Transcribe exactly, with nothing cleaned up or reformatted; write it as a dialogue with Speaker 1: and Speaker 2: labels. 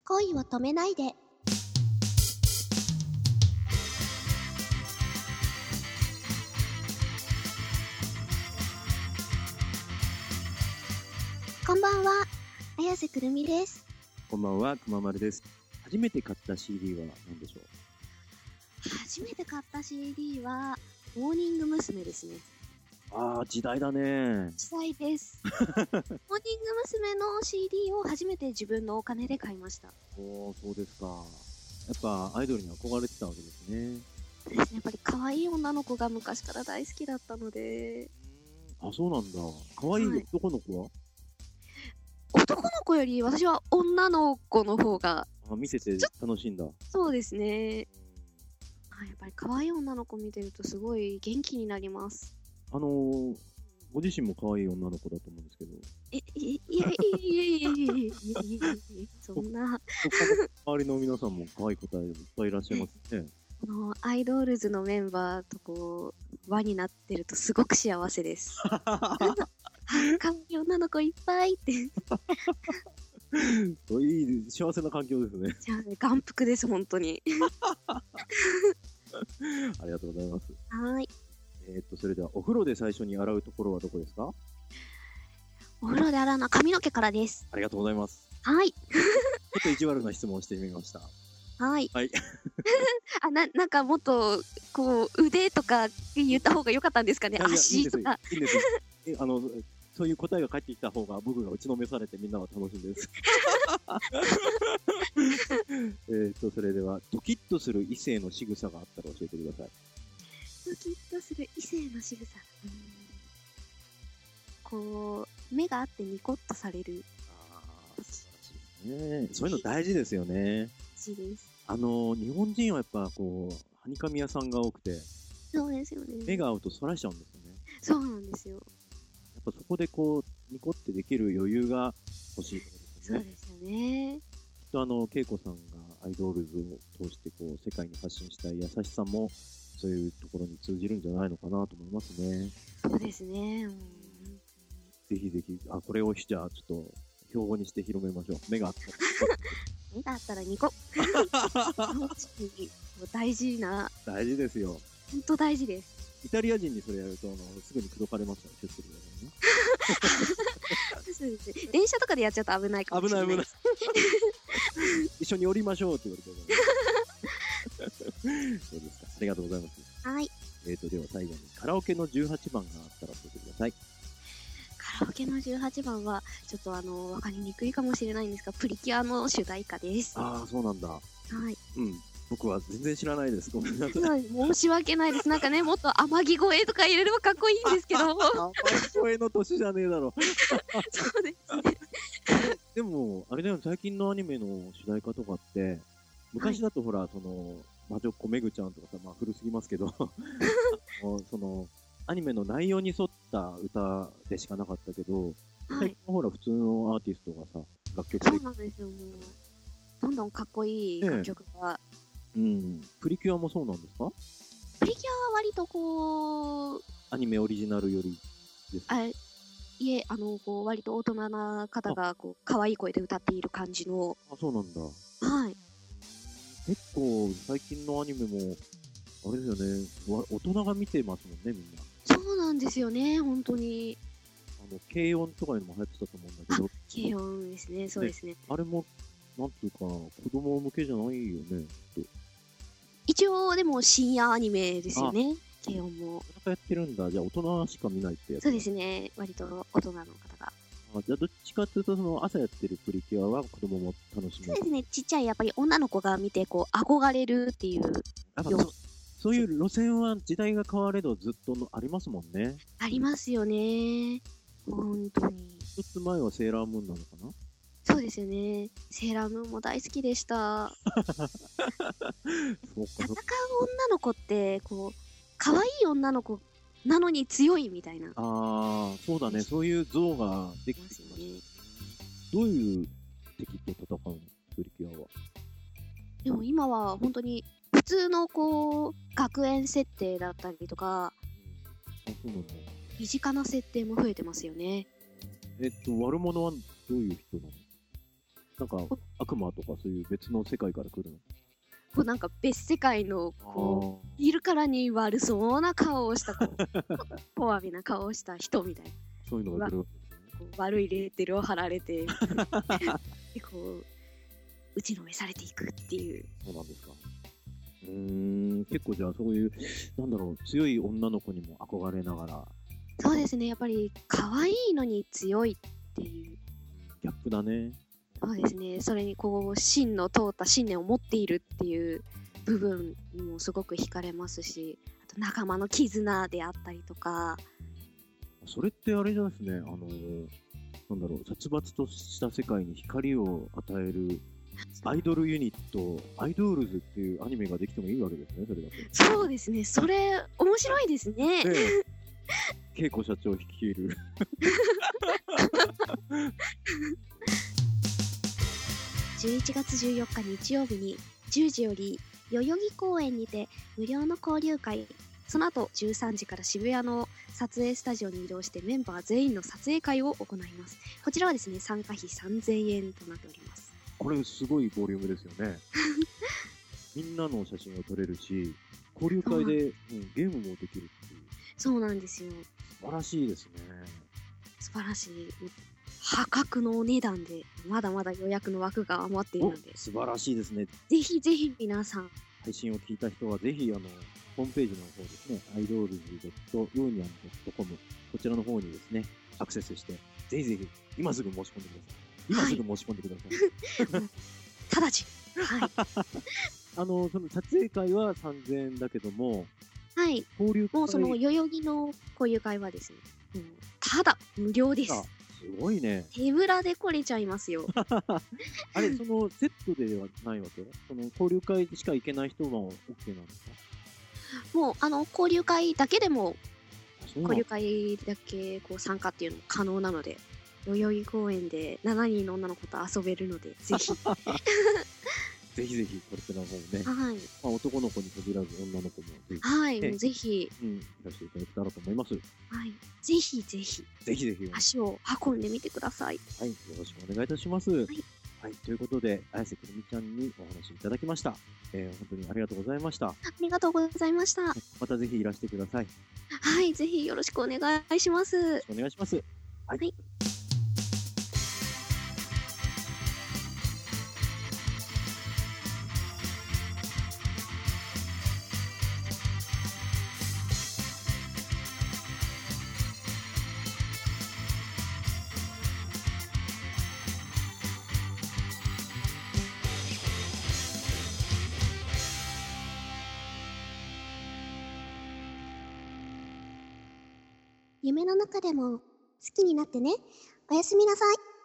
Speaker 1: 恋を止めないで。こんばんは、綾瀬くるみです。
Speaker 2: こんばんは、くままるです。初めて買った シーディー は何でしょう？
Speaker 1: 初めて買った シーディー はモーニング娘。ですね。
Speaker 2: ああ、時代だね。
Speaker 1: 時代です。モーニング娘。の シーディー を初めて自分のお金で買いました。
Speaker 2: おー、そうですか。やっぱアイドルに憧れてたわけですね。
Speaker 1: そうですね、やっぱり可愛い女の子が昔から大好きだったので。
Speaker 2: あ、そうなんだ。可愛い男の子は、はい、
Speaker 1: 男の子より私は女の子の方が
Speaker 2: あ、見せて楽しいんだ。
Speaker 1: そうですね。あ、やっぱり可愛い女の子見てるとすごい元気になります。
Speaker 2: あのー、ご自身も可愛い女の子だと思うんですけど。
Speaker 1: え、いやいやいやいやいやいやいやそんな。
Speaker 2: 周りの皆さんも可愛い方いっぱいいらっしゃいますね。
Speaker 1: このアイドールズのメンバーとこう輪になってるとすごく幸せです。可愛い女の子いっぱいってい
Speaker 2: い幸せな環境ですね。
Speaker 1: 眼福です本当に。
Speaker 2: ありがとうございます。
Speaker 1: はい。
Speaker 2: えっとそれではお風呂で最初に洗うところはどこですか？
Speaker 1: お風呂で洗うのは髪の毛からです。
Speaker 2: ありがとうございます。
Speaker 1: はい。ちょ
Speaker 2: っと意地悪な質問をしてみました。
Speaker 1: はい。
Speaker 2: はい。
Speaker 1: あ、な、なんかもっとこう腕とか言った方が良かったんですかね。足とか。
Speaker 2: いいんです。いいんです。え、あのそういう答えが返ってきた方が僕が打ちのめされてみんなは楽しいんです。えっとそれではドキッとする異性の仕草があったら教えてください。
Speaker 1: ドキッとする異性の仕草。うん、こう目があってニコッとされる。
Speaker 2: ああ、素晴らしいですね。そういうの大事ですよね。
Speaker 1: 大事です。
Speaker 2: あの日本人はやっぱこうはにかみ屋さんが多くて、
Speaker 1: そうですよね。
Speaker 2: 目が合うとそらしちゃうんですよね。
Speaker 1: そうなんですよ。
Speaker 2: やっぱそこでこうニコってできる余裕が欲しいところですよね。
Speaker 1: そうですよね。
Speaker 2: きっとあの恵子さんがアイドルズを通してこう世界に発信したい優しさもそういうところに通じるんじゃないのかなと思いますね。
Speaker 1: そうですね。うん、
Speaker 2: ぜひぜひ、あ、これをじゃあちょっと標語にして広めましょう。目があったら
Speaker 1: 目があったらニコ大事な。
Speaker 2: 大事ですよ。
Speaker 1: 本当大事です。
Speaker 2: イタリア人にそれやるとあのすぐに口説かれますから気をつけてくださいね。
Speaker 1: そうですね。電車とかでやっちゃうと危ないかもしれない。危ない危ない。
Speaker 2: 一緒に降りましょうって言われてそうですか。ありがとうございます。
Speaker 1: はい。
Speaker 2: えーとでは最後にカラオケのじゅうはちばんがあったら教えてください。
Speaker 1: カラオケのじゅうはちばんはちょっとあの分かりにくいかもしれないんですが、プリキュアの主題歌です。
Speaker 2: ああ、そうなんだ。
Speaker 1: はい。
Speaker 2: うん。僕は全然知らないです。ごめんなさい。
Speaker 1: 申し訳ないです。なんかね、もっと天城声とか入れればかっこいいんですけど。
Speaker 2: 天城声の年じゃねえだろ。
Speaker 1: そうですね。
Speaker 2: でもあれだよ、最近のアニメの主題歌とかって昔だとほら、はい、その魔女っ子めぐちゃんとかさ、まあ古すぎますけどそのアニメの内容に沿った歌でしかなかったけど、はい、ほら普通のアーティストがさ楽曲で、
Speaker 1: そうなんですよ。もうどんどんかっこいい楽曲が、
Speaker 2: ええ、うん。プリキュアもそうなんですか？
Speaker 1: プリキュアは割とこう
Speaker 2: アニメオリジナルよりですか？
Speaker 1: あ、いえ、あのこう割と大人な方がこう可愛い声で歌っている感じの。
Speaker 2: あ、そうなんだ。
Speaker 1: はい。
Speaker 2: 結構最近のアニメもあれですよね、大人が見てますもんね、みんな。
Speaker 1: そうなんですよね、本当に。
Speaker 2: あの軽音とかいうのも流行ってたと思うんだけど。
Speaker 1: 軽音ですね、そうですね。
Speaker 2: あれもなんていうか子供向けじゃないよね。
Speaker 1: 一応でも深夜アニメですよね、軽音も。
Speaker 2: やってるんだ。じゃあ大人しか見ないってやつ。
Speaker 1: そうですね、割と大人の方が。
Speaker 2: あ、じゃあどっちかっていうとその朝やってるプリキュアは子供も楽しめる。
Speaker 1: そうですね、ちっちゃいやっぱり女の子が見てこう憧れるっていう。
Speaker 2: やっぱそそういう路線は時代が変われどずっとのありますもんね。
Speaker 1: ありますよね。本当に。
Speaker 2: 一つ前はセーラームーンなのかな。
Speaker 1: そうですよね。セーラームーンも大好きでした。
Speaker 2: そうか。
Speaker 1: 戦う女の子ってこう可愛い女の子なのに強いみたいな。
Speaker 2: ああ、そうだね。そういう像ができてきました。どういう敵と戦うの、プリキュアは。
Speaker 1: でも今は本当に普通のこう学園設定だったりとか、
Speaker 2: うん、あ、そうなんだ。
Speaker 1: 身近な設定も増えてますよね。
Speaker 2: えっと悪者はどういう人なの？なんか悪魔とかそういう別の世界から来るの？
Speaker 1: こうなんか別世界のこう見るからに悪そうな顔をしたこうこわびな顔をした人みたいな、
Speaker 2: そういうのが来るわけですね。
Speaker 1: こう悪いレーテルを貼られてでこう打ちのめされていくっていう。
Speaker 2: そうなんですか。うーん、結構じゃあそういうなんだろう、強い女の子にも憧れながら。
Speaker 1: そうですね、やっぱり可愛いのに強いっていう。
Speaker 2: ギャップだね。
Speaker 1: そうですね、それにこう芯の通った信念を持っているっていう部分にもすごく惹かれますし、あと仲間の絆であったりとか。
Speaker 2: それってあれじゃですね、あのー、なんだろう、殺伐とした世界に光を与えるアイドルユニット、アイドールズっていうアニメができてもいいわけですね、それだと。
Speaker 1: そうですね、それ面白いですね。
Speaker 2: ねえ、恵子社長率いる
Speaker 1: じゅういちがつじゅうよっか日曜日にじゅうじより代々木公園にて無料の交流会、その後じゅうさんじから渋谷の撮影スタジオに移動してメンバー全員の撮影会を行います。こちらはですね、参加費さんぜんえんとなっております。
Speaker 2: これすごいボリュームですよね。みんなの写真を撮れるし、交流会で、うん、ゲームもできるっていう。
Speaker 1: そうなんですよ。
Speaker 2: 素晴らしいですね。
Speaker 1: 素晴らしい。破格のお値段で、まだまだ予約の枠が余っているので。
Speaker 2: 素晴らしいですね。
Speaker 1: ぜひぜひ皆さん。
Speaker 2: 配信を聞いた人はぜひ、あの、ホームページの方ですね、アイドールズ ドットユーニャン ドットコム、こちらの方にですね、アクセスして、ぜひぜひ、今すぐ申し込んでください。今すぐ申し込んでください。はい、
Speaker 1: 直ちに。はい。
Speaker 2: あの、その撮影会はさんぜんえんだけども、
Speaker 1: はい。
Speaker 2: 交流会
Speaker 1: もうその代々木の交流会はですね、うん、ただ無料です。
Speaker 2: すごいね。
Speaker 1: 手ぶらで来れちゃいますよ。
Speaker 2: あれ、そのセットではないわけ？その交流会しか行けない人も OK なんですか？
Speaker 1: もう、あの、交流会だけでも、交流会だけこう参加っていうのも可能なので、代々木公園でしちにんの女の子と遊べるので、ぜひ。
Speaker 2: ぜひぜひ、こちらの方もね、
Speaker 1: はい。
Speaker 2: まあ、男の子に限らず女の子もぜひ、
Speaker 1: はい、もうぜひ、
Speaker 2: うん、いらしていただけたらと思います。
Speaker 1: はい。ぜひぜひ、
Speaker 2: ぜひぜひ、
Speaker 1: 足を運んでみてください。
Speaker 2: はい、よろしくお願いいたします。はい。はい、ということで、綾瀬くるみちゃんにお話いただきました。えー、本当にありがとうございました。あ
Speaker 1: りがとうございました。
Speaker 2: またぜひいらしてください。
Speaker 1: はい、ぜひよろしくお願いします。よろし
Speaker 2: くお願いします。はい。はい、
Speaker 1: 夢の中でも好きになってね。おやすみなさい。